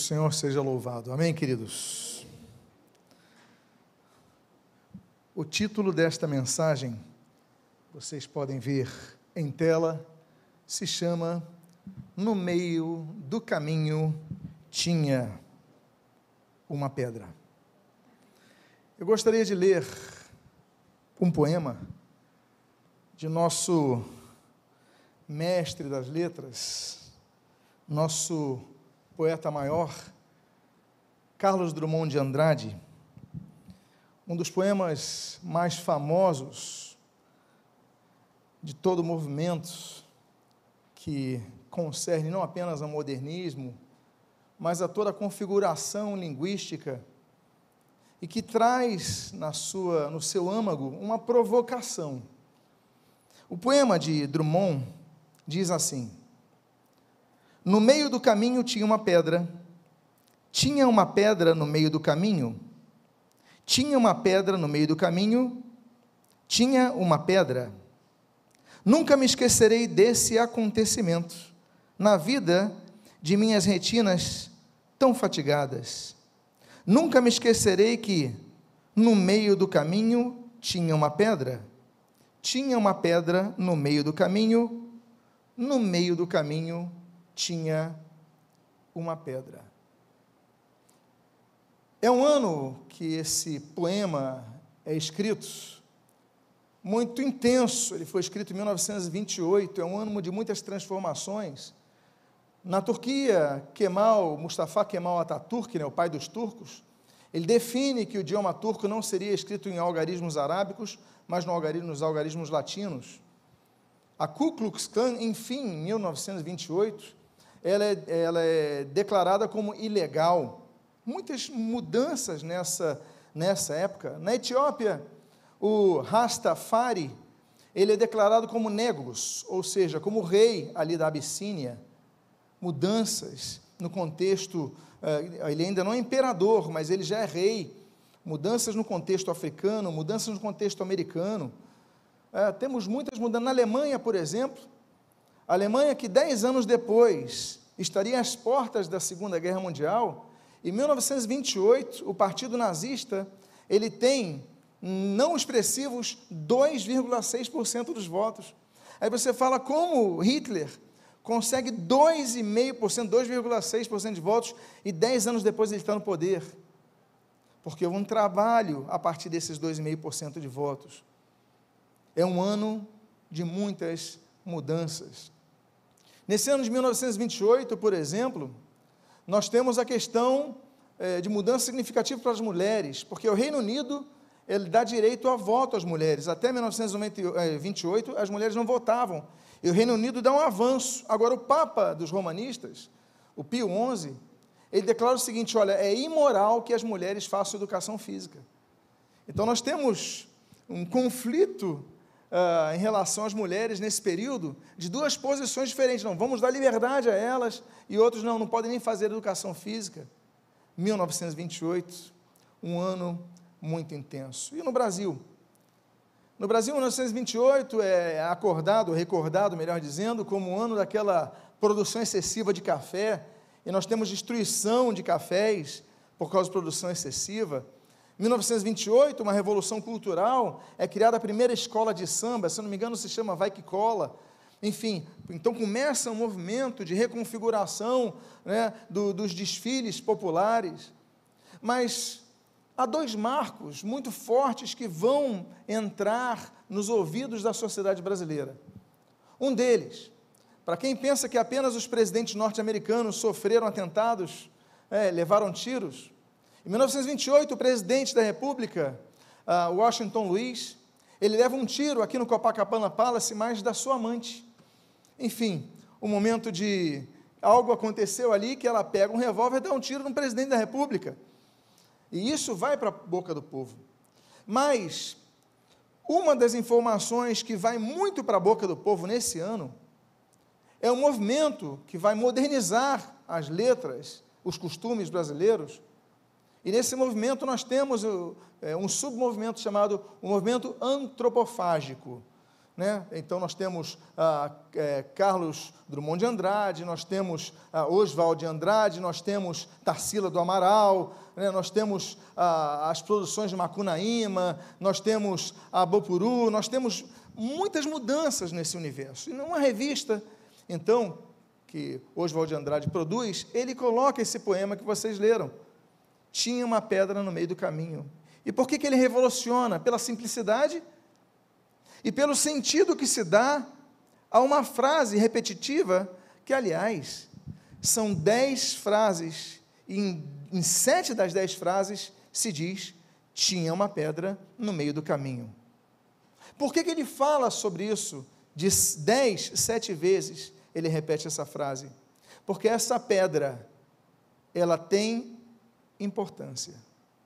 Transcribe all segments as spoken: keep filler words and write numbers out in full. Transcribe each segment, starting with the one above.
Senhor seja louvado. Amém, queridos? O título desta mensagem, vocês podem ver em tela, se chama No Meio do Caminho Tinha uma Pedra. Eu gostaria de ler um poema de nosso mestre das letras, nosso poeta maior, Carlos Drummond de Andrade, um dos poemas mais famosos de todo o movimento que concerne não apenas ao modernismo, mas a toda a configuração linguística e que traz na sua, no seu âmago uma provocação. O poema de Drummond diz assim: no meio do caminho tinha uma pedra, tinha uma pedra no meio do caminho, tinha uma pedra no meio do caminho, tinha uma pedra. Nunca me esquecerei desse acontecimento, na vida de minhas retinas tão fatigadas. Nunca me esquecerei que, no meio do caminho, tinha uma pedra, tinha uma pedra no meio do caminho, no meio do caminho, tinha uma pedra. É um ano que esse poema é escrito, muito intenso. Ele foi escrito em mil novecentos e vinte e oito, é um ano de muitas transformações. Na Turquia, Kemal, Mustafa Kemal Atatürk, né, o pai dos turcos, ele define que o idioma turco não seria escrito em algarismos arábicos, mas no algarismo, nos algarismos latinos. A Ku Klux Klan, enfim, em mil novecentos e vinte e oito, ela é, ela é declarada como ilegal. Muitas mudanças nessa, nessa época. Na Etiópia, o Rastafari, ele é declarado como Negus, ou seja, como rei ali da Abissínia. Mudanças no contexto, ele ainda não é imperador, mas ele já é rei. Mudanças no contexto africano, mudanças no contexto americano. É, temos muitas mudanças. Na Alemanha, por exemplo, a Alemanha que dez anos depois estaria às portas da Segunda Guerra Mundial, em mil novecentos e vinte e oito, o Partido Nazista, ele tem, não expressivos, dois vírgula seis por cento dos votos. Aí você fala, como Hitler consegue dois vírgula cinco por cento, dois vírgula seis por cento de votos, e dez anos depois ele está no poder? Porque houve um trabalho a partir desses dois vírgula cinco por cento de votos. É um ano de muitas mudanças. Nesse ano de mil novecentos e vinte e oito, por exemplo, nós temos a questão é, de mudança significativa para as mulheres, porque o Reino Unido, ele dá direito a voto às mulheres. Até mil novecentos e vinte e oito, as mulheres não votavam, e o Reino Unido dá um avanço. Agora, o Papa dos Romanistas, o Pio onze, ele declara o seguinte: olha, é imoral que as mulheres façam educação física. Então, nós temos um conflito Uh, em relação às mulheres nesse período, de duas posições diferentes. Não, vamos dar liberdade a elas, e outros não, não podem nem fazer educação física. mil novecentos e vinte e oito, um ano muito intenso. E no Brasil? No Brasil, mil novecentos e vinte e oito é acordado, recordado, melhor dizendo, como o ano daquela produção excessiva de café, e nós temos destruição de cafés por causa de produção excessiva. mil novecentos e vinte e oito, uma revolução cultural, é criada a primeira escola de samba, se não me engano se chama Vai Que Cola. Enfim, então começa um movimento de reconfiguração, né, do, dos desfiles populares. Mas há dois marcos muito fortes que vão entrar nos ouvidos da sociedade brasileira. Um deles, para quem pensa que apenas os presidentes norte-americanos sofreram atentados, é, levaram tiros, em mil novecentos e vinte e oito, o presidente da República, uh, Washington Luiz, ele leva um tiro aqui no Copacabana Palace, mas da sua amante. Enfim, um momento de algo aconteceu ali, que ela pega um revólver e dá um tiro no presidente da República. E isso vai para a boca do povo. Mas, uma das informações que vai muito para a boca do povo nesse ano, é um movimento que vai modernizar as letras, os costumes brasileiros. E nesse movimento nós temos uh, um submovimento chamado o movimento antropofágico. né? Então nós temos ah, é, Carlos Drummond de Andrade, nós temos ah, Oswald de Andrade, nós temos Tarsila do Amaral, né? Nós temos ah, as produções de Macunaíma, nós temos a Bopuru, nós temos muitas mudanças nesse universo. E numa revista, então, que Oswald de Andrade produz, ele coloca esse poema que vocês leram. Tinha uma pedra no meio do caminho. E por que que ele revoluciona? Pela simplicidade e pelo sentido que se dá a uma frase repetitiva, que, aliás, são dez frases, e em, em sete das dez frases se diz, tinha uma pedra no meio do caminho. Por que que ele fala sobre isso? De dez, sete vezes, ele repete essa frase. Porque essa pedra, ela tem importância.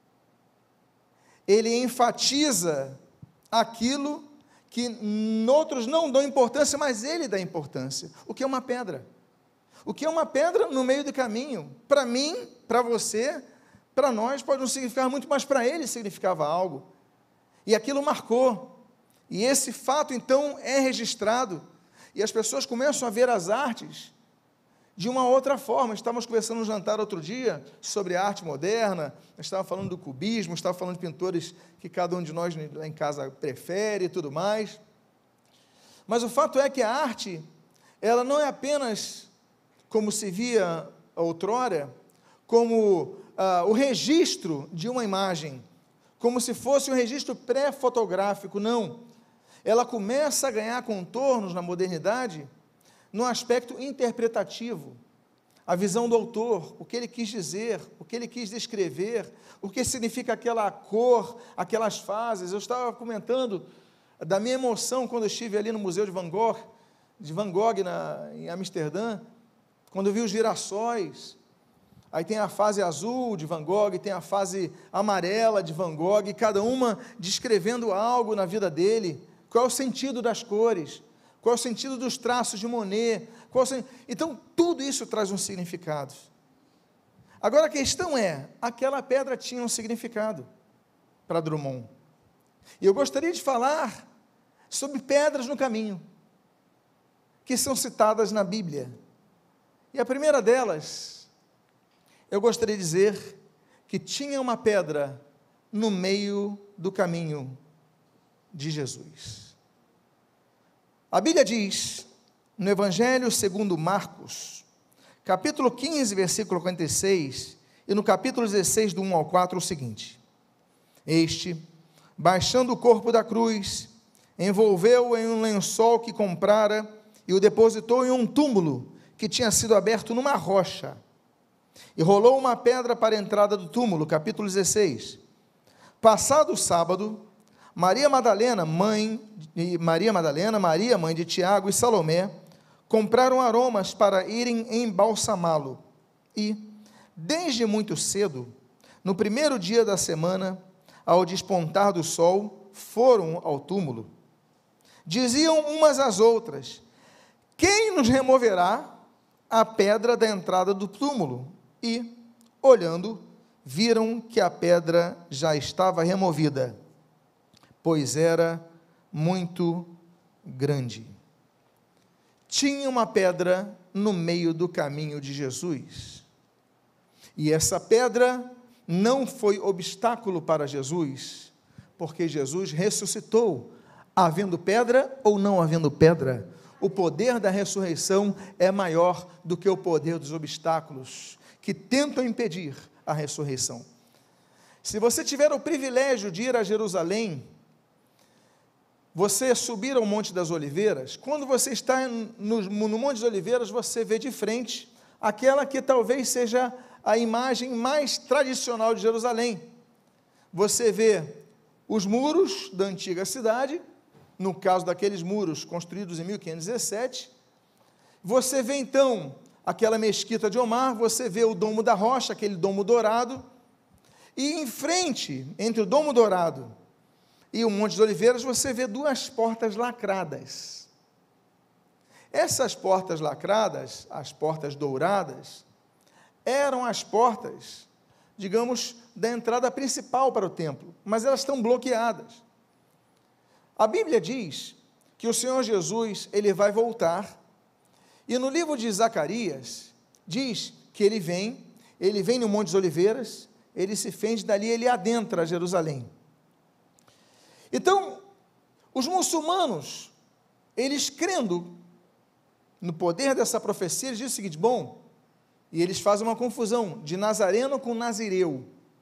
Ele enfatiza aquilo que outros não dão importância, mas ele dá importância. O que é uma pedra? O que é uma pedra no meio do caminho? Para mim, para você, para nós, pode não significar muito, mas para ele significava algo. E aquilo marcou. E esse fato, então, é registrado. E as pessoas começam a ver as artes de uma outra forma. Estávamos conversando no jantar outro dia sobre a arte moderna, estávamos falando do cubismo, estávamos falando de pintores que cada um de nós lá em casa prefere e tudo mais. Mas o fato é que a arte, ela não é apenas, como se via outrora, como ah, o registro de uma imagem, como se fosse um registro pré-fotográfico, não. Ela começa a ganhar contornos na modernidade, no aspecto interpretativo, a visão do autor, o que ele quis dizer, o que ele quis descrever, o que significa aquela cor, aquelas fases. Eu estava comentando da minha emoção quando eu estive ali no Museu de Van Gogh, de Van Gogh na, em Amsterdã, quando eu vi os girassóis. Aí tem a fase azul de Van Gogh, tem a fase amarela de Van Gogh, cada uma descrevendo algo na vida dele. Qual é o sentido das cores? Qual é o sentido dos traços de Monet? Qual é o sen... Então, tudo isso traz um significado. Agora, a questão é, aquela pedra tinha um significado para Drummond. E eu gostaria de falar sobre pedras no caminho, que são citadas na Bíblia. E a primeira delas, eu gostaria de dizer que tinha uma pedra no meio do caminho de Jesus. A Bíblia diz, no Evangelho segundo Marcos, capítulo quinze, versículo quarenta e seis, e no capítulo dezesseis, do um ao quatro, o seguinte: Este, baixando o corpo da cruz, envolveu-o em um lençol que comprara e o depositou em um túmulo que tinha sido aberto numa rocha, e rolou uma pedra para a entrada do túmulo. Capítulo dezesseis. Passado o sábado, Maria Madalena, mãe de Maria Madalena, Maria, mãe de Tiago e Salomé, compraram aromas para irem embalsamá-lo. E, desde muito cedo, no primeiro dia da semana, ao despontar do sol, foram ao túmulo. Diziam umas às outras: Quem nos removerá a pedra da entrada do túmulo? E, olhando, viram que a pedra já estava removida, pois era muito grande. Tinha uma pedra no meio do caminho de Jesus. E essa pedra não foi obstáculo para Jesus, porque Jesus ressuscitou, havendo pedra ou não havendo pedra. O poder da ressurreição é maior do que o poder dos obstáculos que tentam impedir a ressurreição. Se você tiver o privilégio de ir a Jerusalém, você subir ao Monte das Oliveiras, quando você está no, no Monte das Oliveiras, você vê de frente aquela que talvez seja a imagem mais tradicional de Jerusalém. Você vê os muros da antiga cidade, no caso daqueles muros construídos em mil quinhentos e dezessete, você vê então aquela mesquita de Omar, você vê o Domo da Rocha, aquele domo dourado, e em frente, entre o Domo Dourado e o Monte das Oliveiras, você vê duas portas lacradas. Essas portas lacradas, as portas douradas, eram as portas, digamos, da entrada principal para o templo, mas elas estão bloqueadas. A Bíblia diz que o Senhor Jesus, ele vai voltar, e no livro de Zacarias, diz que ele vem, ele vem no Monte das Oliveiras, ele se fende, dali ele adentra Jerusalém. Então, os muçulmanos, eles crendo no poder dessa profecia, eles dizem o seguinte, bom, e eles fazem uma confusão de Nazareno com Nazireu.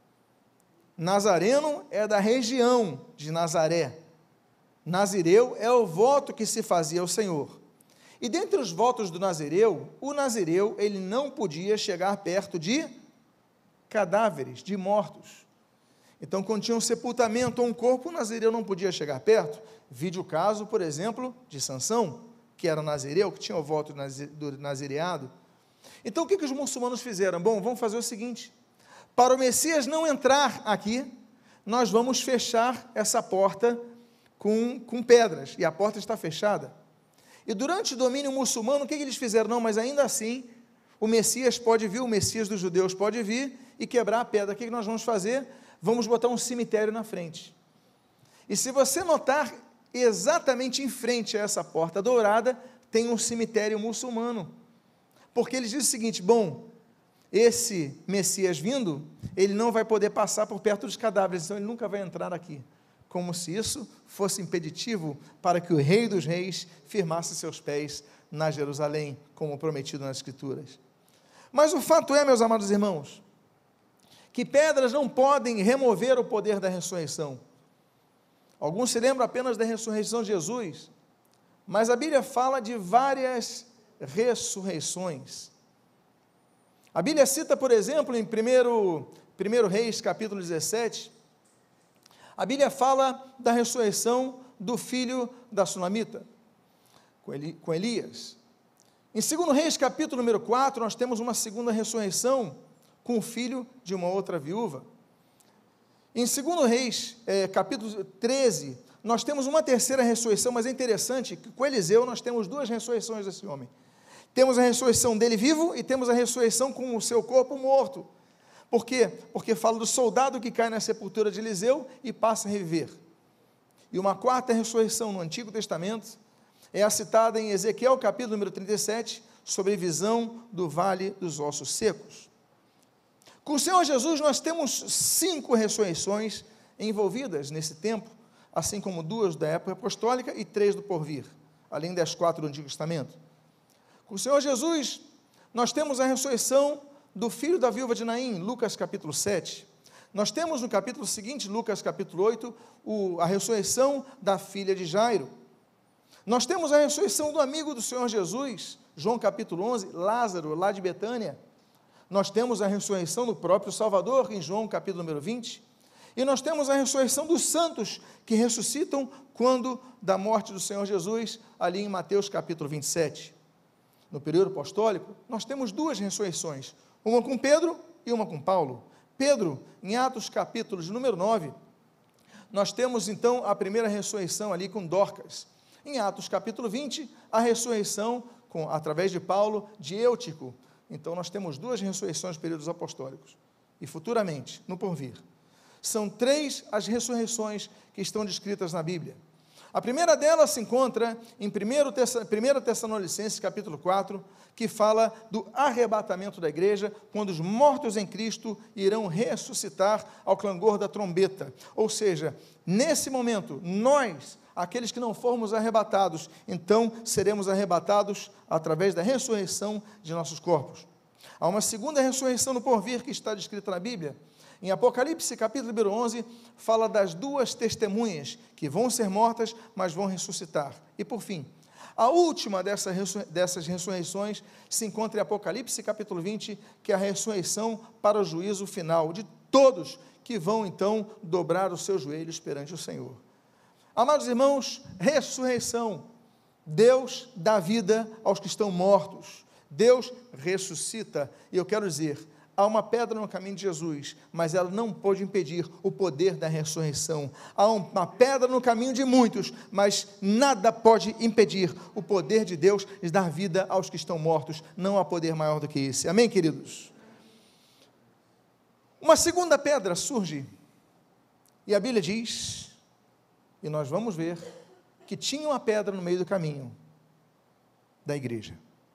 Nazareno é da região de Nazaré, Nazireu é o voto que se fazia ao Senhor. E dentre os votos do Nazireu, o Nazireu, ele não podia chegar perto de cadáveres, de mortos. Então, quando tinha um sepultamento ou um corpo, o Nazireu não podia chegar perto. Vide o caso, por exemplo, de Sansão, que era Nazireu, que tinha o voto do nazireado. Então, o que, que os muçulmanos fizeram? Bom, vamos fazer o seguinte, para o Messias não entrar aqui, nós vamos fechar essa porta com, com pedras, e a porta está fechada. E durante o domínio muçulmano, o que, que eles fizeram? Não, mas ainda assim, o Messias pode vir, o Messias dos judeus pode vir e quebrar a pedra. O que, que nós vamos fazer? Vamos botar um cemitério na frente. E se você notar, exatamente em frente a essa porta dourada, tem um cemitério muçulmano. Porque eles dizem o seguinte, bom, esse Messias vindo, ele não vai poder passar por perto dos cadáveres, então ele nunca vai entrar aqui. Como se isso fosse impeditivo para que o Rei dos Reis firmasse seus pés na Jerusalém, como prometido nas Escrituras. Mas o fato é, meus amados irmãos, que pedras não podem remover o poder da ressurreição. Alguns se lembram apenas da ressurreição de Jesus, mas a Bíblia fala de várias ressurreições. A Bíblia cita, por exemplo, em primeiro Reis, capítulo dezessete, a Bíblia fala da ressurreição do filho da Sunamita, com, Eli, com Elias. Em segundo Reis, capítulo número quatro, nós temos uma segunda ressurreição com o filho de uma outra viúva. Em segundo Reis, é, capítulo treze, nós temos uma terceira ressurreição, mas é interessante que com Eliseu nós temos duas ressurreições desse homem. Temos a ressurreição dele vivo e temos a ressurreição com o seu corpo morto. Por quê? Porque fala do soldado que cai na sepultura de Eliseu e passa a reviver. E uma quarta ressurreição no Antigo Testamento é a citada em Ezequiel, capítulo número trinta e sete, sobre a visão do vale dos ossos secos. Com o Senhor Jesus nós temos cinco ressurreições envolvidas nesse tempo, assim como duas da época apostólica e três do porvir, além das quatro do Antigo Testamento. Com o Senhor Jesus nós temos a ressurreição do filho da viúva de Naim, Lucas capítulo sete. Nós temos no capítulo seguinte, Lucas capítulo oito, o, a ressurreição da filha de Jairo. Nós temos a ressurreição do amigo do Senhor Jesus, João capítulo onze, Lázaro, lá de Betânia. Nós temos a ressurreição do próprio Salvador, em João capítulo número vinte. E nós temos a ressurreição dos santos, que ressuscitam quando da morte do Senhor Jesus, ali em Mateus capítulo vinte e sete. No período apostólico, nós temos duas ressurreições, uma com Pedro e uma com Paulo. Pedro, em Atos capítulo de número nove, nós temos então a primeira ressurreição ali com Dorcas. Em Atos capítulo vinte, a ressurreição, com, através de Paulo, de Eutico. Então nós temos duas ressurreições nos períodos apostólicos. E futuramente, no porvir. São três as ressurreições que estão descritas na Bíblia. A primeira delas se encontra em primeiro Tessalonicenses, capítulo quatro, que fala do arrebatamento da igreja, quando os mortos em Cristo irão ressuscitar ao clangor da trombeta. Ou seja, nesse momento, nós, aqueles que não formos arrebatados, então seremos arrebatados através da ressurreição de nossos corpos. Há uma segunda ressurreição no porvir que está descrita na Bíblia. Em Apocalipse, capítulo número onze, fala das duas testemunhas que vão ser mortas, mas vão ressuscitar. E por fim, a última dessa, dessas ressurreições se encontra em Apocalipse, capítulo vinte, que é a ressurreição para o juízo final de todos que vão então dobrar os seus joelhos perante o Senhor. Amados irmãos, ressurreição. Deus dá vida aos que estão mortos. Deus ressuscita. E eu quero dizer, há uma pedra no caminho de Jesus, mas ela não pode impedir o poder da ressurreição. Há uma pedra no caminho de muitos, mas nada pode impedir o poder de Deus de dar vida aos que estão mortos. Não há poder maior do que esse. Amém, queridos? Uma segunda pedra surge, e a Bíblia diz, e nós vamos ver, que tinha uma pedra no meio do caminho da igreja.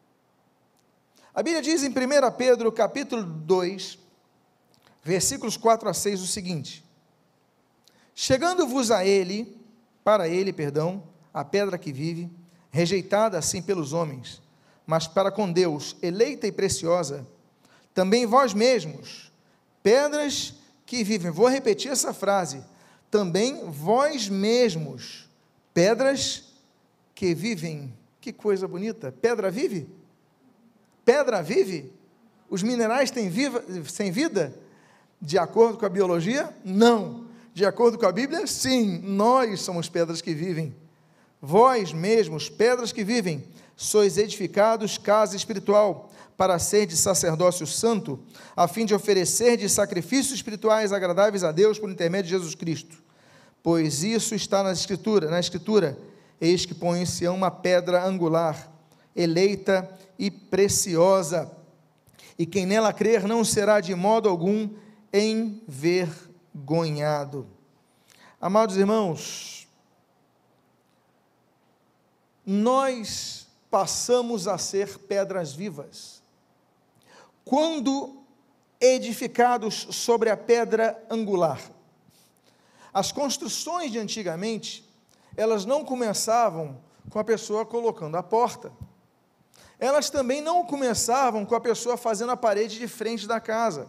A Bíblia diz em primeira Pedro, capítulo dois, versículos quatro a seis, o seguinte: chegando-vos a ele, para ele, perdão, a pedra que vive, rejeitada assim pelos homens, mas para com Deus, eleita e preciosa, também vós mesmos, pedras que vivem, vou repetir essa frase, também vós mesmos, pedras que vivem, que coisa bonita, pedra vive? Pedra vive? Os minerais têm, viva, têm vida? De acordo com a biologia? Não. De acordo com a Bíblia? Sim, nós somos pedras que vivem. Vós mesmos, pedras que vivem, sois edificados casa espiritual, para ser de sacerdócio santo, a fim de oferecer de sacrifícios espirituais agradáveis a Deus por intermédio de Jesus Cristo. Pois isso está na Escritura, na Escritura, eis que põe em Sião uma pedra angular, eleita e preciosa, e quem nela crer não será de modo algum envergonhado. Amados irmãos, nós passamos a ser pedras vivas, quando edificados sobre a pedra angular. As construções de antigamente, elas não começavam com a pessoa colocando a porta, elas também não começavam com a pessoa fazendo a parede de frente da casa.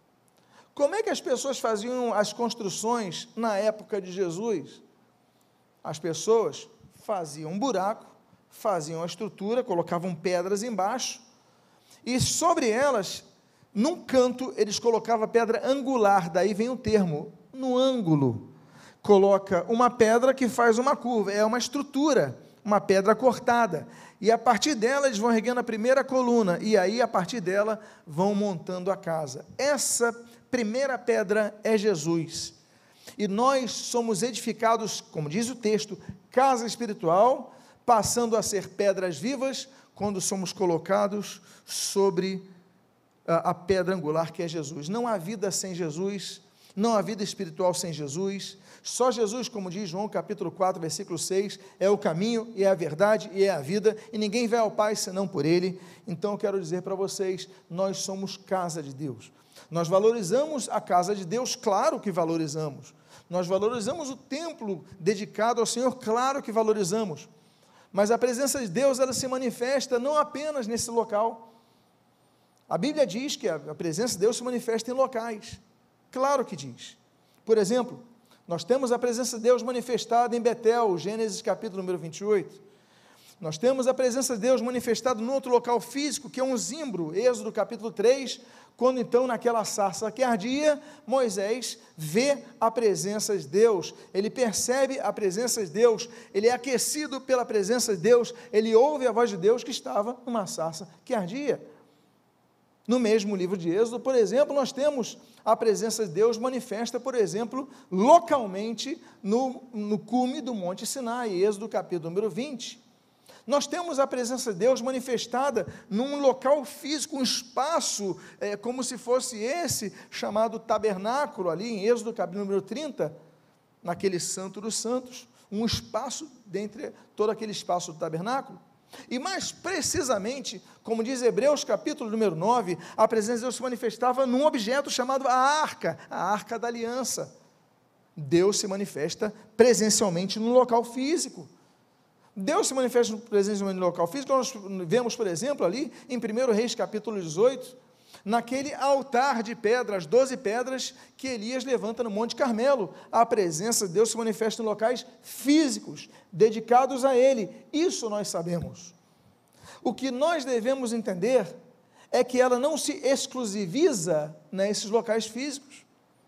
Como é que as pessoas faziam as construções na época de Jesus? As pessoas faziam um buraco, faziam a estrutura, colocavam pedras embaixo, e sobre elas, num canto, eles colocavam pedra angular, daí vem o termo, no ângulo. Coloca uma pedra que faz uma curva, é uma estrutura, uma pedra cortada, e a partir dela eles vão erguendo a primeira coluna, e aí a partir dela vão montando a casa. Essa primeira pedra é Jesus, e nós somos edificados, como diz o texto, casa espiritual, passando a ser pedras vivas, quando somos colocados sobre a, a pedra angular que é Jesus. Não há vida sem Jesus, não há vida espiritual sem Jesus, só Jesus, como diz João capítulo quatro, versículo seis, é o caminho, e é a verdade, e é a vida, e ninguém vai ao Pai senão por Ele. Então eu quero dizer para vocês, nós somos casa de Deus, nós valorizamos a casa de Deus, claro que valorizamos, nós valorizamos o templo dedicado ao Senhor, claro que valorizamos, mas a presença de Deus, ela se manifesta não apenas nesse local. A Bíblia diz que a presença de Deus se manifesta em locais, claro que diz. Por exemplo, nós temos a presença de Deus manifestada em Betel, Gênesis capítulo número vinte e oito, nós temos a presença de Deus manifestada num outro local físico, que é um zimbro, Êxodo capítulo três, quando então naquela sarça que ardia, Moisés vê a presença de Deus, ele percebe a presença de Deus, ele é aquecido pela presença de Deus, ele ouve a voz de Deus que estava numa sarça que ardia. No mesmo livro de Êxodo, por exemplo, nós temos a presença de Deus manifesta, por exemplo, localmente no, no cume do Monte Sinai, Êxodo capítulo número vinte. Nós temos a presença de Deus manifestada num local físico, um espaço, é, como se fosse esse, chamado tabernáculo, ali em Êxodo capítulo número trinta, naquele santo dos santos, um espaço dentre todo aquele espaço do tabernáculo. E mais precisamente, como diz Hebreus capítulo número nove, a presença de Deus se manifestava num objeto chamado a arca, a arca da aliança. Deus se manifesta presencialmente no local físico. Deus se manifesta presencialmente no local físico, nós vemos, por exemplo, ali em primeiro Reis capítulo dezoito, naquele altar de pedras, doze pedras que Elias levanta no Monte Carmelo. A presença de Deus se manifesta em locais físicos, dedicados a Ele, isso nós sabemos. O que nós devemos entender é que ela não se exclusiviza nesses locais físicos.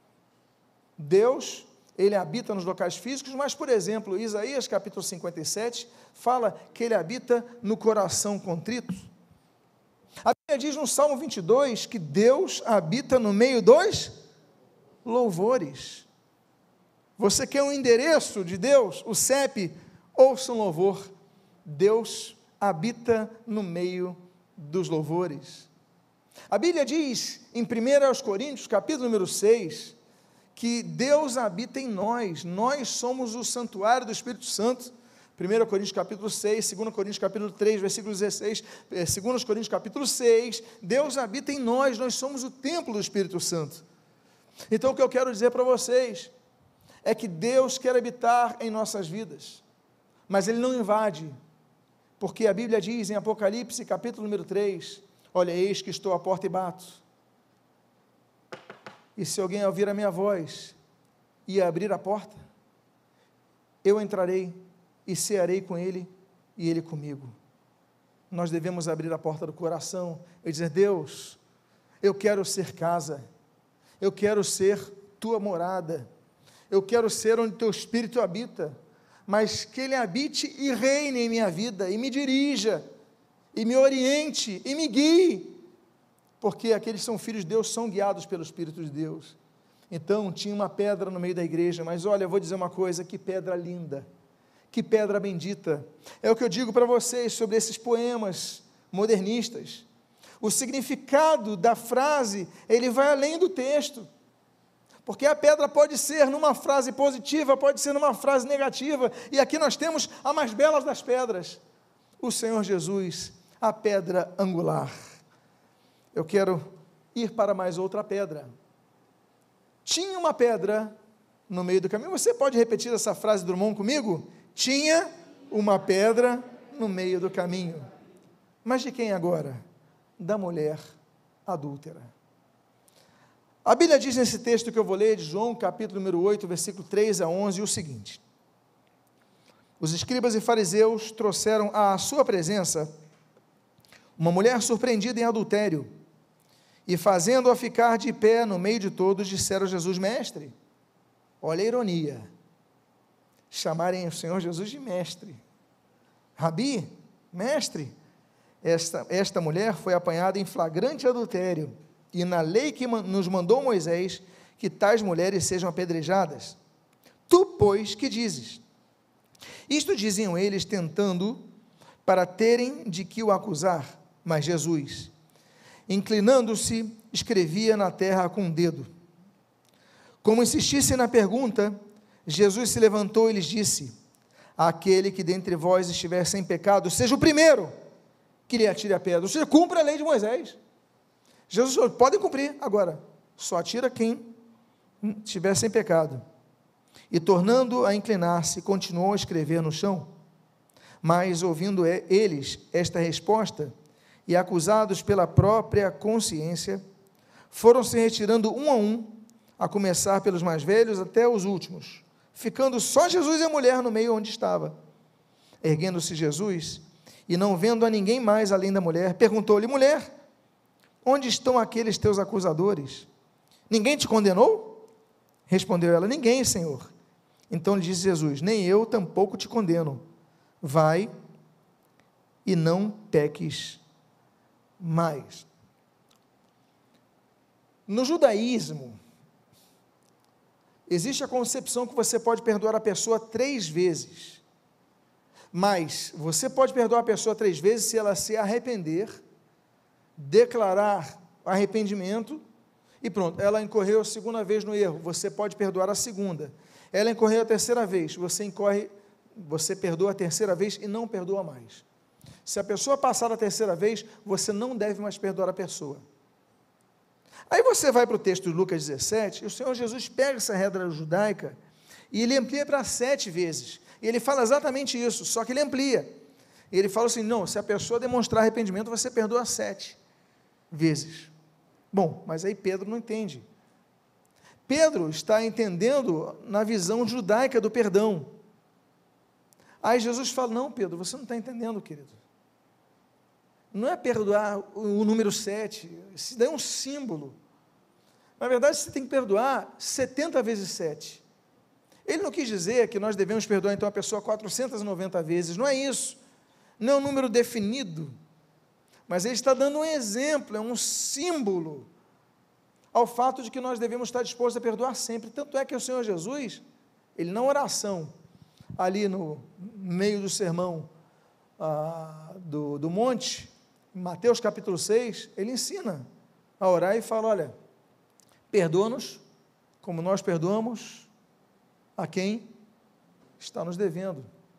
Deus, Ele habita nos locais físicos, mas, por exemplo, Isaías capítulo cinquenta e sete, fala que Ele habita no coração contrito. A Bíblia diz no Salmo vinte e dois, que Deus habita no meio dos louvores. Você quer um endereço de Deus? O C E P, ouça um louvor. Deus habita no meio dos louvores. A Bíblia diz, em primeira Coríntios, capítulo número seis, que Deus habita em nós, nós somos o santuário do Espírito Santo, primeira Coríntios capítulo seis, segunda Coríntios capítulo três, versículo dezesseis, segunda Coríntios capítulo seis, Deus habita em nós, nós somos o templo do Espírito Santo. Então o que eu quero dizer para vocês, é que Deus quer habitar em nossas vidas, mas Ele não invade, porque a Bíblia diz em Apocalipse capítulo número três, olha, eis que estou à porta e bato, e se alguém ouvir a minha voz, e abrir a porta, eu entrarei, e cearei com ele, e ele comigo. Nós devemos abrir a porta do coração, e dizer, Deus, eu quero ser casa, eu quero ser tua morada, eu quero ser onde teu Espírito habita, mas que Ele habite e reine em minha vida, e me dirija, e me oriente, e me guie, porque aqueles que são filhos de Deus, são guiados pelo Espírito de Deus. Então, tinha uma pedra no meio da igreja, mas olha, eu vou dizer uma coisa, que pedra linda, que pedra bendita, é o que eu digo para vocês, sobre esses poemas modernistas, o significado da frase, ele vai além do texto, porque a pedra pode ser numa frase positiva, pode ser numa frase negativa, e aqui nós temos a mais bela das pedras, o Senhor Jesus, a pedra angular. Eu quero ir para mais outra pedra. Tinha uma pedra no meio do caminho, você pode repetir essa frase do irmão comigo? Tinha uma pedra no meio do caminho, mas de quem agora? Da mulher adúltera. A Bíblia diz nesse texto que eu vou ler, de João, capítulo número oito, versículo três a onze, o seguinte: os escribas e fariseus trouxeram à sua presença uma mulher surpreendida em adultério, e fazendo-a ficar de pé no meio de todos, disseram a Jesus, mestre, olha a ironia, chamarem o Senhor Jesus de mestre, Rabi, mestre, esta, esta mulher foi apanhada em flagrante adultério, e na lei que nos mandou Moisés, que tais mulheres sejam apedrejadas. Tu, pois, que dizes? Isto diziam eles, tentando, para terem de que o acusar, mas Jesus, inclinando-se, escrevia na terra com o dedo. Como insistissem na pergunta, Jesus se levantou e lhes disse, aquele que dentre vós estiver sem pecado, seja o primeiro que lhe atire a pedra, ou seja, cumpra a lei de Moisés. Jesus falou, podem cumprir, agora, só atira quem estiver sem pecado. E tornando a inclinar-se, continuou a escrever no chão. Mas, ouvindo eles esta resposta, e acusados pela própria consciência, foram se retirando um a um, a começar pelos mais velhos até os últimos, ficando só Jesus e a mulher no meio onde estava. Erguendo-se Jesus, e não vendo a ninguém mais além da mulher, perguntou-lhe, mulher, onde estão aqueles teus acusadores? Ninguém te condenou? Respondeu ela, ninguém, Senhor. Então lhe disse Jesus, nem eu tampouco te condeno. Vai e não peques mais. No judaísmo, existe a concepção que você pode perdoar a pessoa três vezes, mas você pode perdoar a pessoa três vezes se ela se arrepender, declarar arrependimento, e pronto, ela incorreu a segunda vez no erro, você pode perdoar a segunda, ela incorreu a terceira vez, você incorre, você perdoa a terceira vez e não perdoa mais. Se a pessoa passar a terceira vez, você não deve mais perdoar a pessoa. Aí você vai para o texto de Lucas dezessete, e o Senhor Jesus pega essa regra judaica, e ele amplia para sete vezes, e ele fala exatamente isso, só que ele amplia, e ele fala assim, não, se a pessoa demonstrar arrependimento, você perdoa sete vezes. Bom, mas aí Pedro não entende. Pedro está entendendo na visão judaica do perdão. Aí Jesus fala, não Pedro, você não está entendendo, querido. Não é perdoar o número sete, isso daí é um símbolo. Na verdade, você tem que perdoar setenta vezes sete. Ele não quis dizer que nós devemos perdoar então a pessoa quatrocentas e noventa vezes, não é isso. Não é um número definido. Mas ele está dando um exemplo, é um símbolo ao fato de que nós devemos estar dispostos a perdoar sempre. Tanto é que o Senhor Jesus, ele na oração, ali no meio do sermão ah, do, do monte, em Mateus capítulo seis, ele ensina a orar e fala, olha, perdoa-nos como nós perdoamos a quem está nos devendo.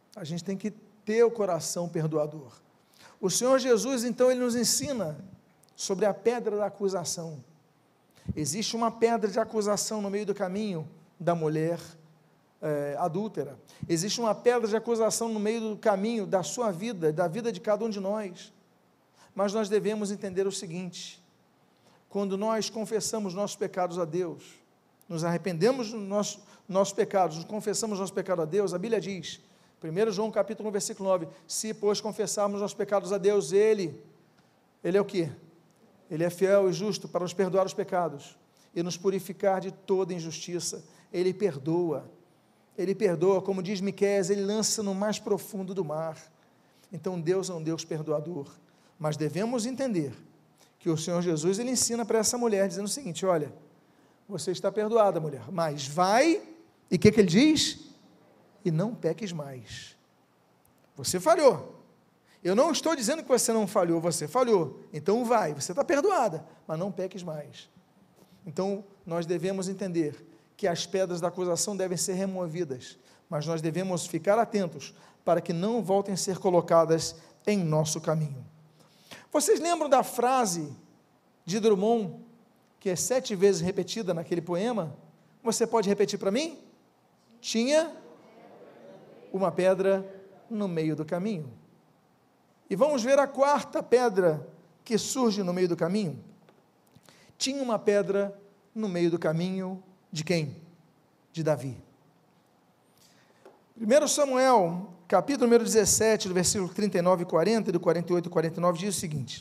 A gente tem que ter o coração perdoador. O Senhor Jesus, então, Ele nos ensina sobre a pedra da acusação. Existe uma pedra de acusação no meio do caminho da mulher é, adúltera. Existe uma pedra de acusação no meio do caminho da sua vida, da vida de cada um de nós. Mas nós devemos entender o seguinte: quando nós confessamos nossos pecados a Deus, nos arrependemos dos nossos, nossos pecados, nos confessamos nossos pecados a Deus, a Bíblia diz, primeiro João capítulo um, versículo nove, se pois confessarmos nossos pecados a Deus, Ele, Ele é o quê? Ele é fiel e justo para nos perdoar os pecados e nos purificar de toda injustiça. Ele perdoa, Ele perdoa, como diz Miqueias, Ele lança no mais profundo do mar. Então Deus é um Deus perdoador, mas devemos entender que o Senhor Jesus, Ele ensina para essa mulher, dizendo o seguinte: olha, você está perdoada, mulher, mas vai, e o que, que Ele diz? E não peques mais. Você falhou. Eu não estou dizendo que você não falhou, você falhou, então vai, você está perdoada, mas não peques mais. Então, nós devemos entender que as pedras da acusação devem ser removidas, mas nós devemos ficar atentos para que não voltem a ser colocadas em nosso caminho. Vocês lembram da frase de Drummond, que é sete vezes repetida naquele poema? Você pode repetir para mim? Tinha uma pedra no meio do caminho. E vamos ver a quarta pedra que surge no meio do caminho. Tinha uma pedra no meio do caminho de quem? De Davi. primeiro Samuel, capítulo número dezessete, do versículo trinta e nove e quarenta, e do quarenta e oito e quarenta e nove, diz o seguinte: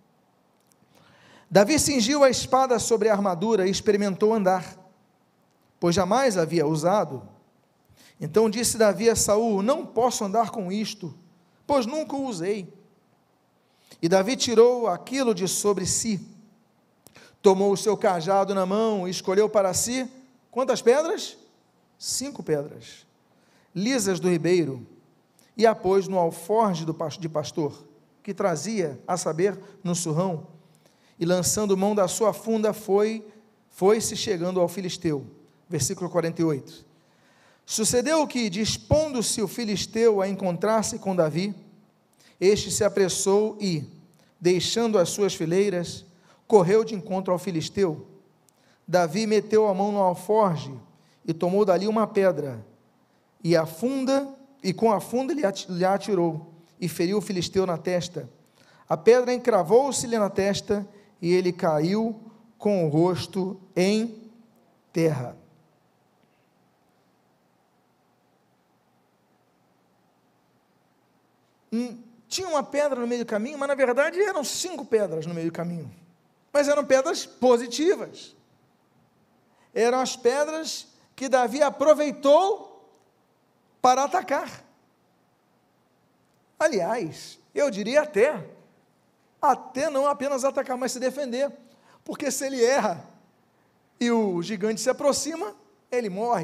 Davi cingiu a espada sobre a armadura e experimentou andar, pois jamais havia usado. Então disse Davi a Saul: não posso andar com isto, pois nunca o usei. E Davi tirou aquilo de sobre si, tomou o seu cajado na mão e escolheu para si, quantas pedras? Cinco pedras, lisas do ribeiro, e a pôs no alforje do, de pastor, que trazia, a saber, no surrão, e lançando mão da sua funda, foi, foi-se chegando ao filisteu. Versículo quarenta e oito. Sucedeu que, dispondo-se o filisteu a encontrar-se com Davi, este se apressou e, deixando as suas fileiras, correu de encontro ao filisteu. Davi meteu a mão no alforje e tomou dali uma pedra, e a funda, e com a funda lhe atirou, e feriu o filisteu na testa. A pedra encravou-se-lhe na testa, e ele caiu com o rosto em terra. Hum, tinha uma pedra no meio do caminho, mas na verdade eram cinco pedras no meio do caminho, mas eram pedras positivas, eram as pedras que Davi aproveitou para atacar. Aliás, eu diria até, até não apenas atacar, mas se defender, porque se ele erra e o gigante se aproxima, ele morre.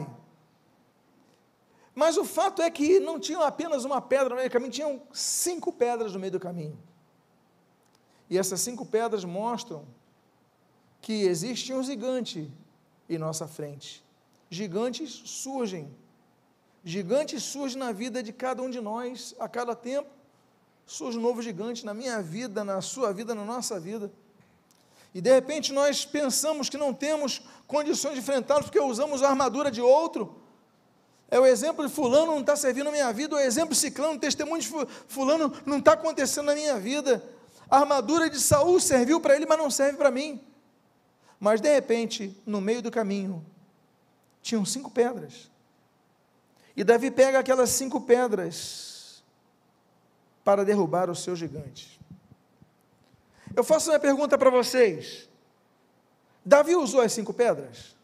Mas o fato é que não tinham apenas uma pedra no meio do caminho, tinham cinco pedras no meio do caminho. E essas cinco pedras mostram que existe um gigante em nossa frente. Gigantes surgem. Gigantes surgem na vida de cada um de nós, a cada tempo. Surge um novo gigante na minha vida, na sua vida, na nossa vida. E de repente nós pensamos que não temos condições de enfrentá-los porque usamos a armadura de outro. É o exemplo de fulano não está servindo na minha vida, o exemplo de ciclano, o testemunho de fulano não está acontecendo na minha vida. A armadura de Saul serviu para ele, mas não serve para mim. Mas de repente, no meio do caminho, tinham cinco pedras. E Davi pega aquelas cinco pedras para derrubar o seu gigante. Eu faço uma pergunta para vocês: Davi usou as cinco pedras?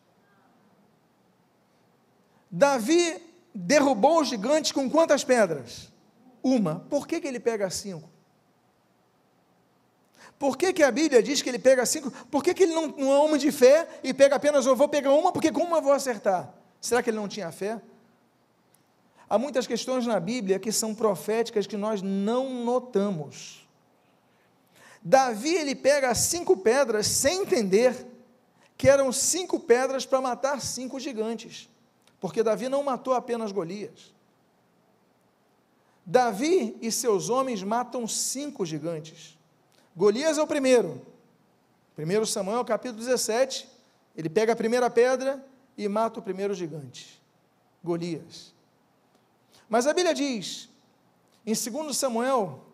Davi derrubou o gigante com quantas pedras? Uma. Por que que ele pega cinco? Por que que a Bíblia diz que ele pega cinco? Por que que ele não, não é homem de fé e pega apenas, eu vou pegar uma, porque com uma eu vou acertar? Será que ele não tinha fé? Há muitas questões na Bíblia que são proféticas que nós não notamos. Davi, ele pega cinco pedras sem entender que eram cinco pedras para matar cinco gigantes. Porque Davi não matou apenas Golias. Davi e seus homens matam cinco gigantes. Golias é o primeiro. primeiro Samuel, capítulo dezessete, ele pega a primeira pedra e mata o primeiro gigante, Golias. Mas a Bíblia diz, em segundo Samuel,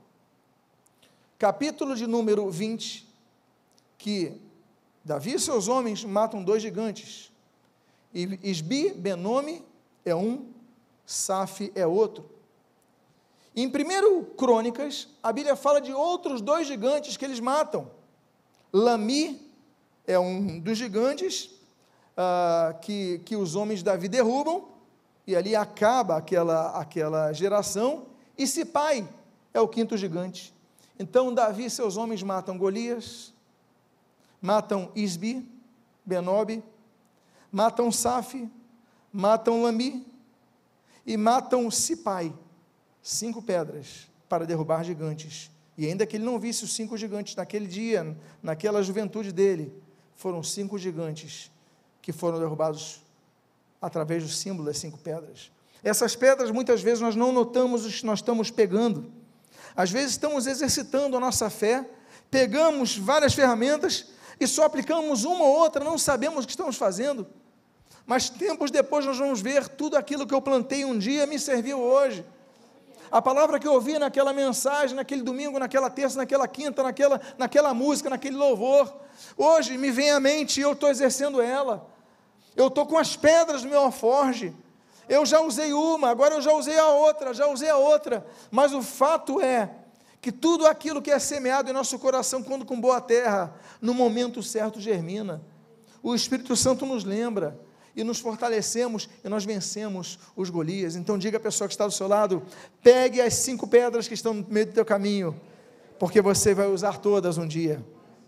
capítulo de número vinte, que Davi e seus homens matam dois gigantes. E Isbi, Benome é um, Saf é outro. Em primeiro Crônicas, a Bíblia fala de outros dois gigantes que eles matam. Lami é um dos gigantes ah, que, que os homens de Davi derrubam, e ali acaba aquela, aquela geração, e Sipai é o quinto gigante. Então Davi e seus homens matam Golias, matam Isbi, Benobe, matam Saf, matam Lami, e matam Sipai, cinco pedras para derrubar gigantes. E ainda que ele não visse os cinco gigantes naquele dia, naquela juventude dele, foram cinco gigantes que foram derrubados através do símbolo das cinco pedras. Essas pedras, muitas vezes, nós não notamos os que nós estamos pegando. Às vezes, estamos exercitando a nossa fé, pegamos várias ferramentas e só aplicamos uma ou outra, não sabemos o que estamos fazendo. Mas tempos depois nós vamos ver, tudo aquilo que eu plantei um dia me serviu hoje. A palavra que eu ouvi naquela mensagem, naquele domingo, naquela terça, naquela quinta, naquela, naquela música, naquele louvor, hoje me vem à mente e eu estou exercendo ela. Eu estou com as pedras do meu alforje. Eu já usei uma, agora eu já usei a outra, já usei a outra. Mas o fato é que tudo aquilo que é semeado em nosso coração, quando com boa terra, no momento certo germina. O Espírito Santo nos lembra, e nos fortalecemos, e nós vencemos os Golias. Então diga à pessoa que está do seu lado, pegue as cinco pedras que estão no meio do teu caminho, porque você vai usar todas um dia.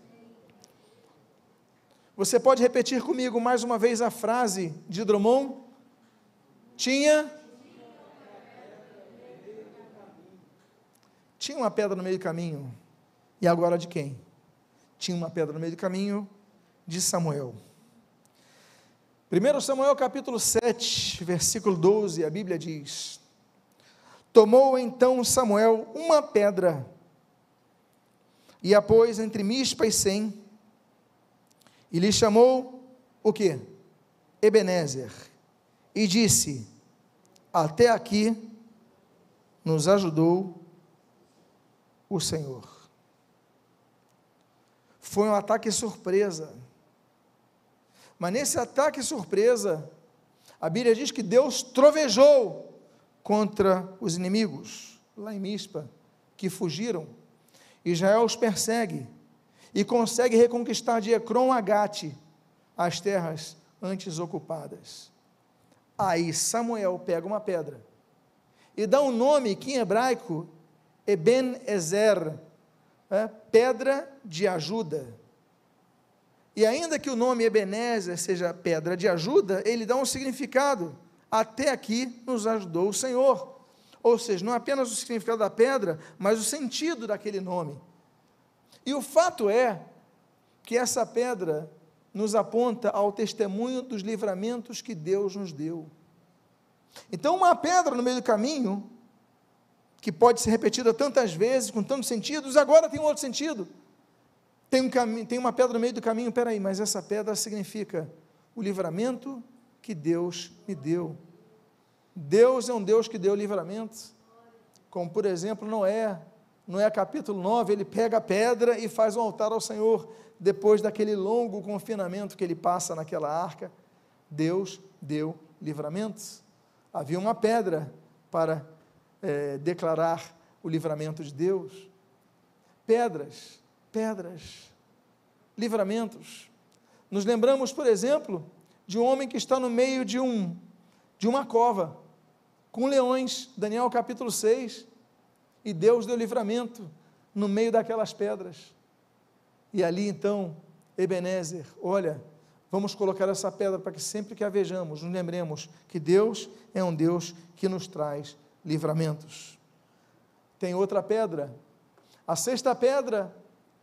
Você pode repetir comigo mais uma vez a frase de Drummond? Tinha... Tinha uma pedra no meio do caminho, e agora de quem? Tinha uma pedra no meio do caminho de Samuel. primeiro Samuel capítulo sete, versículo doze, a Bíblia diz, tomou então Samuel uma pedra, e a pôs entre Mispa e Sem, e lhe chamou, o quê? Ebenezer, e disse, até aqui nos ajudou o Senhor. Foi um ataque surpresa, mas nesse ataque surpresa, a Bíblia diz que Deus trovejou contra os inimigos, lá em Mispa, que fugiram. Israel os persegue, e consegue reconquistar de Ecrom a Gate, as terras antes ocupadas. Aí Samuel pega uma pedra, e dá um nome que em hebraico, Eben-Ezer, é, pedra de ajuda. E ainda que o nome Ebenezer seja pedra de ajuda, ele dá um significado, até aqui nos ajudou o Senhor. Ou seja, não apenas o significado da pedra, mas o sentido daquele nome. E o fato é, que essa pedra nos aponta ao testemunho dos livramentos que Deus nos deu. Então uma pedra no meio do caminho, que pode ser repetida tantas vezes, com tantos sentidos, agora tem um outro sentido. Tem, um cami- tem uma pedra no meio do caminho, peraí, mas essa pedra significa o livramento que Deus me deu. Deus é um Deus que deu livramento, como por exemplo Noé. Noé capítulo nove, ele pega a pedra e faz um altar ao Senhor, depois daquele longo confinamento que ele passa naquela arca. Deus deu livramentos. Havia uma pedra para é, declarar o livramento de Deus. Pedras, pedras, livramentos. Nos lembramos, por exemplo, de um homem que está no meio de, um, de uma cova, com leões, Daniel capítulo seis, e Deus deu livramento no meio daquelas pedras. E ali então, Ebenezer, olha, vamos colocar essa pedra para que sempre que a vejamos, nos lembremos que Deus é um Deus que nos traz livramentos. Tem outra pedra, a sexta pedra,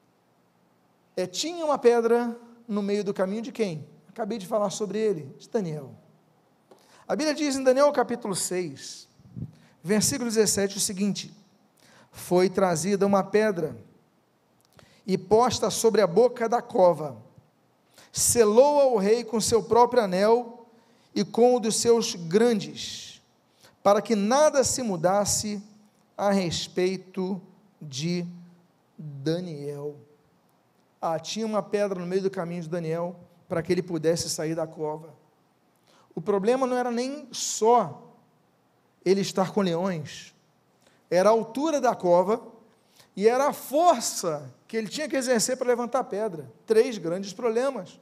é, tinha uma pedra no meio do caminho de quem? Acabei de falar sobre ele, de Daniel. A Bíblia diz em Daniel capítulo seis, Versículo dezessete, o seguinte: foi trazida uma pedra e posta sobre a boca da cova, selou ao rei com seu próprio anel e com o dos seus grandes, para que nada se mudasse a respeito de Daniel. Ah, tinha uma pedra no meio do caminho de Daniel, para que ele pudesse sair da cova. O problema não era nem só ele estar com leões, era a altura da cova, e era a força que ele tinha que exercer para levantar a pedra. Três grandes problemas.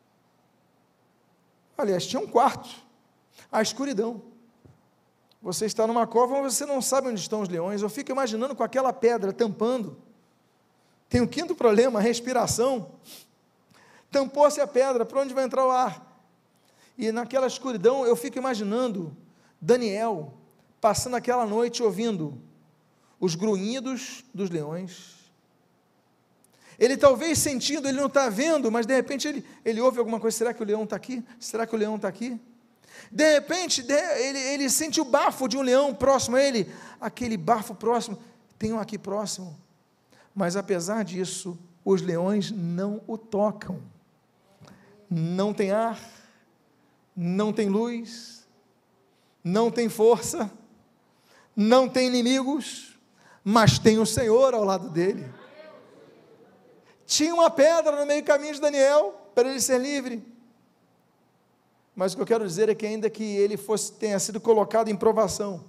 Aliás, tinha um quarto, a escuridão. Você está numa cova, mas você não sabe onde estão os leões. Eu fico imaginando com aquela pedra tampando. Tem o quinto problema, a respiração. Tampou-se a pedra, para onde vai entrar o ar? E naquela escuridão, eu fico imaginando Daniel passando aquela noite ouvindo os grunhidos dos leões. Ele talvez sentindo, ele não está vendo, mas de repente ele, ele ouve alguma coisa. Será que o leão está aqui? Será que o leão está aqui? De repente, de, ele, ele sente o bafo de um leão próximo a ele. Aquele bafo próximo, tem um aqui próximo. Mas apesar disso, os leões não o tocam. Não tem ar, não tem luz, não tem força, não tem inimigos, mas tem o Senhor ao lado dele. Tinha uma pedra no meio do caminho de Daniel, para ele ser livre. Mas o que eu quero dizer é que ainda que ele fosse, tenha sido colocado em provação,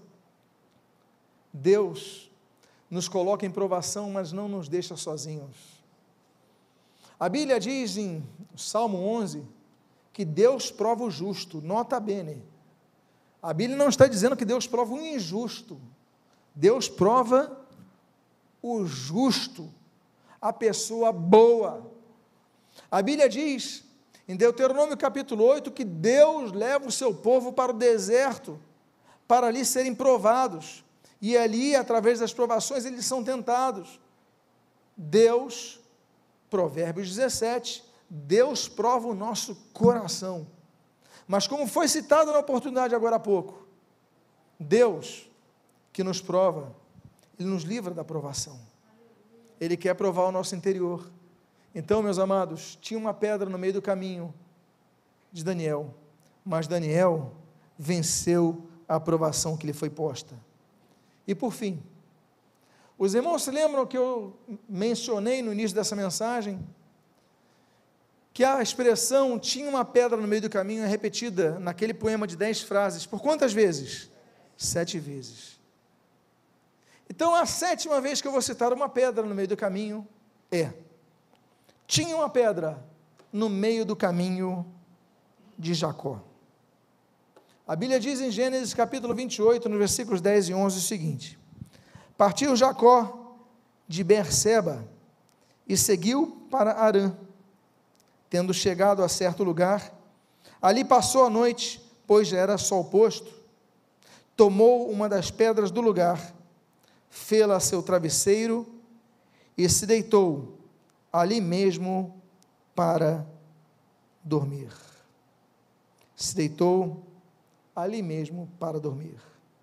Deus nos coloca em provação, mas não nos deixa sozinhos. A Bíblia diz em Salmo onze, que Deus prova o justo, nota bene. A Bíblia não está dizendo que Deus prova o injusto, Deus prova o justo, a pessoa boa. A Bíblia diz, em Deuteronômio capítulo oito, que Deus leva o seu povo para o deserto, para ali serem provados, e ali, através das provações, eles são tentados. Deus, Provérbios dezessete, Deus prova o nosso coração, mas como foi citado na oportunidade agora há pouco, Deus, que nos prova, Ele nos livra da provação, Ele quer provar o nosso interior. Então, meus amados, tinha uma pedra no meio do caminho de Daniel, mas Daniel venceu a provação que lhe foi posta. E por fim, os irmãos se lembram que eu mencionei no início dessa mensagem, que a expressão tinha uma pedra no meio do caminho é repetida naquele poema de dez frases, por quantas vezes? Sete vezes. Então, a sétima vez que eu vou citar uma pedra no meio do caminho é: tinha uma pedra no meio do caminho de Jacó. A Bíblia diz em Gênesis capítulo vinte e oito, nos versículos dez e onze, o seguinte: partiu Jacó de Berseba e seguiu para Harã. Tendo chegado a certo lugar, ali passou a noite, pois já era sol posto. Tomou uma das pedras do lugar, fê-la seu travesseiro e se deitou ali mesmo para dormir. Se deitou ali mesmo para dormir.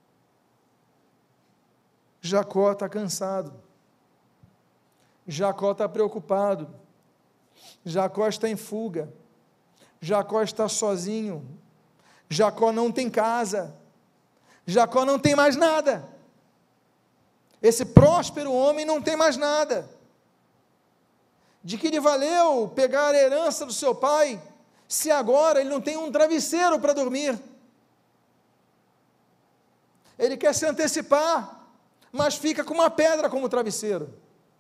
Jacó está cansado, Jacó está preocupado, Jacó está em fuga, Jacó está sozinho, Jacó não tem casa, Jacó não tem mais nada, esse próspero homem não tem mais nada. De que lhe valeu pegar a herança do seu pai, se agora ele não tem um travesseiro para dormir? Ele quer se antecipar, mas fica com uma pedra como travesseiro.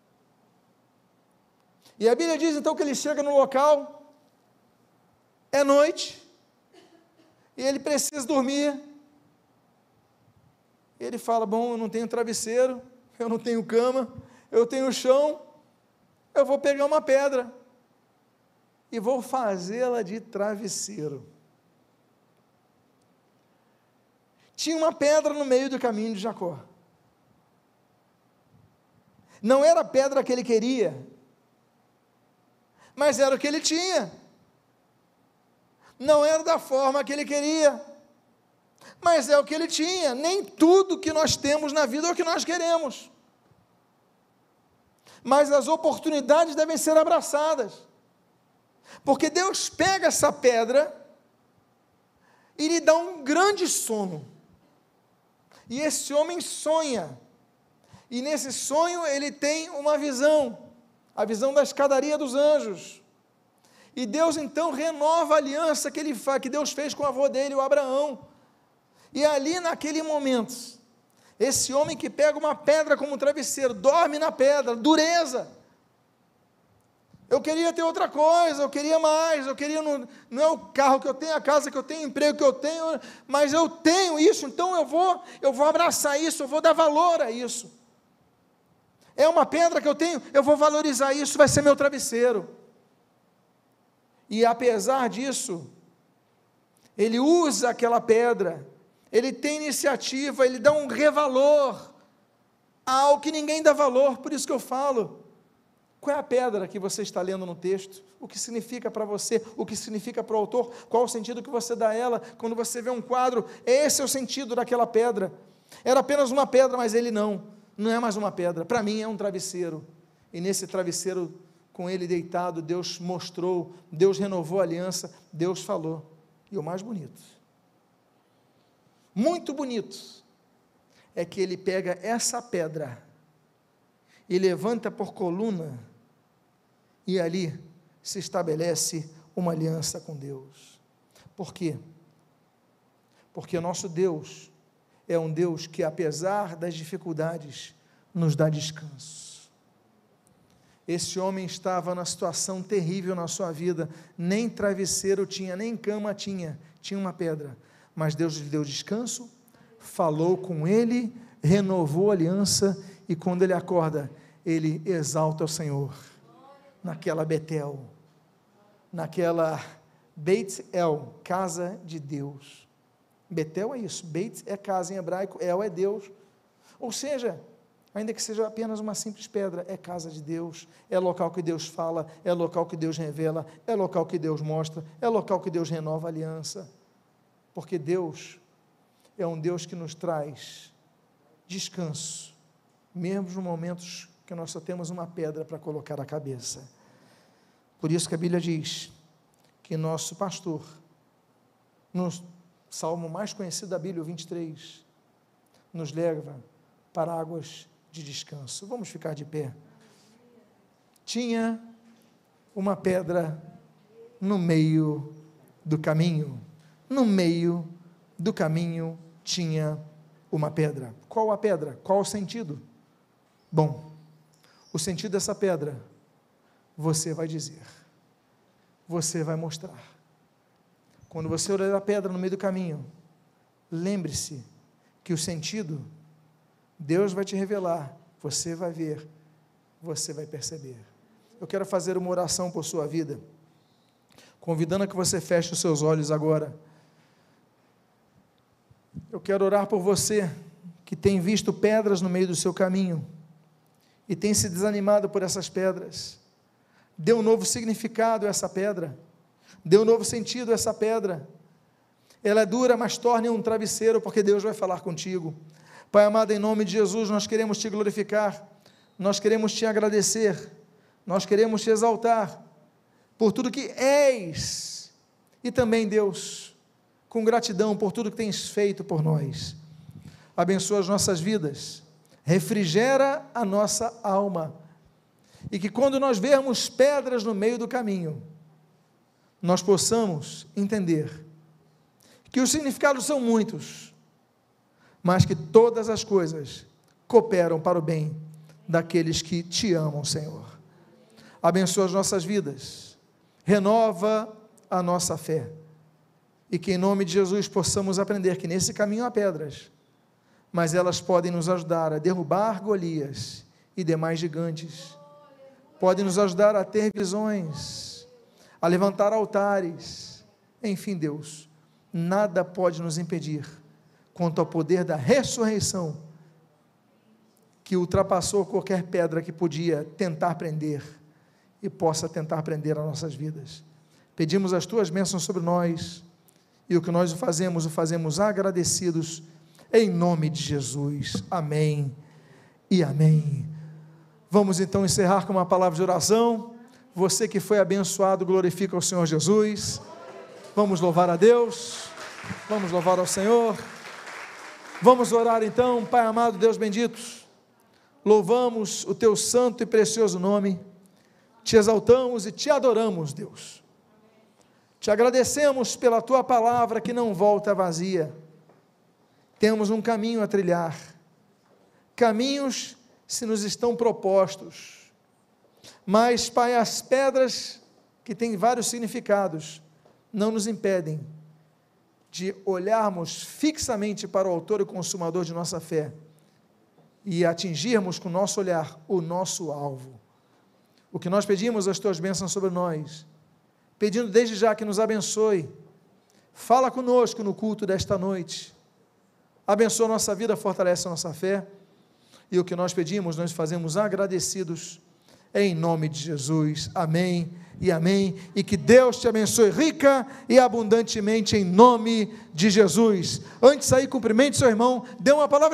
E a Bíblia diz então que ele chega no local, é noite, e ele precisa dormir. Ele fala: bom, eu não tenho travesseiro, eu não tenho cama, eu tenho chão, eu vou pegar uma pedra e vou fazê-la de travesseiro. Tinha uma pedra no meio do caminho de Jacó. Não era a pedra que ele queria, mas era o que ele tinha. Não era da forma que ele queria, mas é o que ele tinha. Nem tudo que nós temos na vida é o que nós queremos, mas as oportunidades devem ser abraçadas, porque Deus pega essa pedra e lhe dá um grande sono, e esse homem sonha, e nesse sonho ele tem uma visão, a visão da escadaria dos anjos, e Deus então renova a aliança que, ele, que Deus fez com o avô dele, o Abraão, e ali naquele momento, esse homem que pega uma pedra como travesseiro, dorme na pedra, dureza. Eu queria ter outra coisa, eu queria mais, eu queria, não, não é o carro que eu tenho, a casa que eu tenho, o emprego que eu tenho, mas eu tenho isso, então eu vou, eu vou abraçar isso, eu vou dar valor a isso. É uma pedra que eu tenho, eu vou valorizar isso, vai ser meu travesseiro. E apesar disso, ele usa aquela pedra, ele tem iniciativa, ele dá um revalor ao que ninguém dá valor. Por isso que eu falo, qual é a pedra que você está lendo no texto? O que significa para você? O que significa para o autor? Qual o sentido que você dá a ela? Quando você vê um quadro, esse é o sentido daquela pedra. Era apenas uma pedra, mas ele não, não é mais uma pedra, para mim é um travesseiro, e nesse travesseiro, com ele deitado, Deus mostrou, Deus renovou a aliança, Deus falou. E o mais bonito, muito bonito, é que ele pega essa pedra e levanta por coluna, e ali se estabelece uma aliança com Deus. Por quê? Porque o nosso Deus é um Deus que, apesar das dificuldades, nos dá descanso. Esse homem estava numa situação terrível na sua vida, nem travesseiro tinha, nem cama tinha, tinha uma pedra, mas Deus lhe deu descanso, falou com ele, renovou a aliança, e quando ele acorda, ele exalta o Senhor, naquela Betel, naquela Beit El, casa de Deus. Betel é isso, Beit é casa em hebraico, El é Deus, ou seja, ainda que seja apenas uma simples pedra, é casa de Deus, é local que Deus fala, é local que Deus revela, é local que Deus mostra, é local que Deus renova a aliança, porque Deus é um Deus que nos traz descanso, mesmo nos momentos que nós só temos uma pedra para colocar a cabeça. Por isso que a Bíblia diz que nosso pastor, no salmo mais conhecido da Bíblia, o vinte e três, nos leva para águas de descanso. Vamos ficar de pé. Tinha uma pedra no meio do caminho, no meio do caminho tinha uma pedra. Qual a pedra? Qual o sentido? Bom, o sentido dessa pedra, você vai dizer, você vai mostrar. Quando você olhar a pedra no meio do caminho, lembre-se que o sentido, Deus vai te revelar, você vai ver, você vai perceber. Eu quero fazer uma oração por sua vida, convidando a que você feche os seus olhos agora. Eu quero orar por você, que tem visto pedras no meio do seu caminho, e tem se desanimado por essas pedras. Dê um novo significado a essa pedra, dê um novo sentido a essa pedra. Ela é dura, mas torne um travesseiro, porque Deus vai falar contigo. Pai amado, em nome de Jesus, nós queremos te glorificar, nós queremos te agradecer, nós queremos te exaltar, por tudo que és, e também, Deus, com gratidão por tudo que tens feito por nós. Abençoa as nossas vidas, refrigera a nossa alma, e que quando nós vermos pedras no meio do caminho, nós possamos entender que os significados são muitos, mas que todas as coisas cooperam para o bem daqueles que te amam, Senhor. Abençoa as nossas vidas, renova a nossa fé, e que em nome de Jesus possamos aprender que nesse caminho há pedras, mas elas podem nos ajudar a derrubar Golias e demais gigantes, podem nos ajudar a ter visões, a levantar altares, enfim, Deus, nada pode nos impedir quanto ao poder da ressurreição, que ultrapassou qualquer pedra que podia tentar prender, e possa tentar prender as nossas vidas. Pedimos as tuas bênçãos sobre nós, E o que nós fazemos, o fazemos agradecidos, em nome de Jesus. Amém e amém. Vamos então encerrar com uma palavra de oração. Você que foi abençoado, glorifica o Senhor Jesus. Vamos louvar a Deus, vamos louvar ao Senhor. Vamos orar então. Pai amado, Deus bendito, louvamos o teu santo e precioso nome, te exaltamos e te adoramos, Deus. Te agradecemos pela tua palavra que não volta vazia. Temos um caminho a trilhar, caminhos se nos estão propostos, mas, Pai, as pedras, que têm vários significados, não nos impedem de olharmos fixamente para o autor e consumador de nossa fé e atingirmos com o nosso olhar o nosso alvo. O que nós pedimos, as tuas bênçãos sobre nós, pedindo desde já que nos abençoe, fala conosco no culto desta noite, abençoa a nossa vida, fortalece a nossa fé, e o que nós pedimos, nós fazemos agradecidos, em nome de Jesus, amém e amém, e que Deus te abençoe rica e abundantemente, em nome de Jesus. Antes de sair, cumprimente seu irmão, dê uma palavra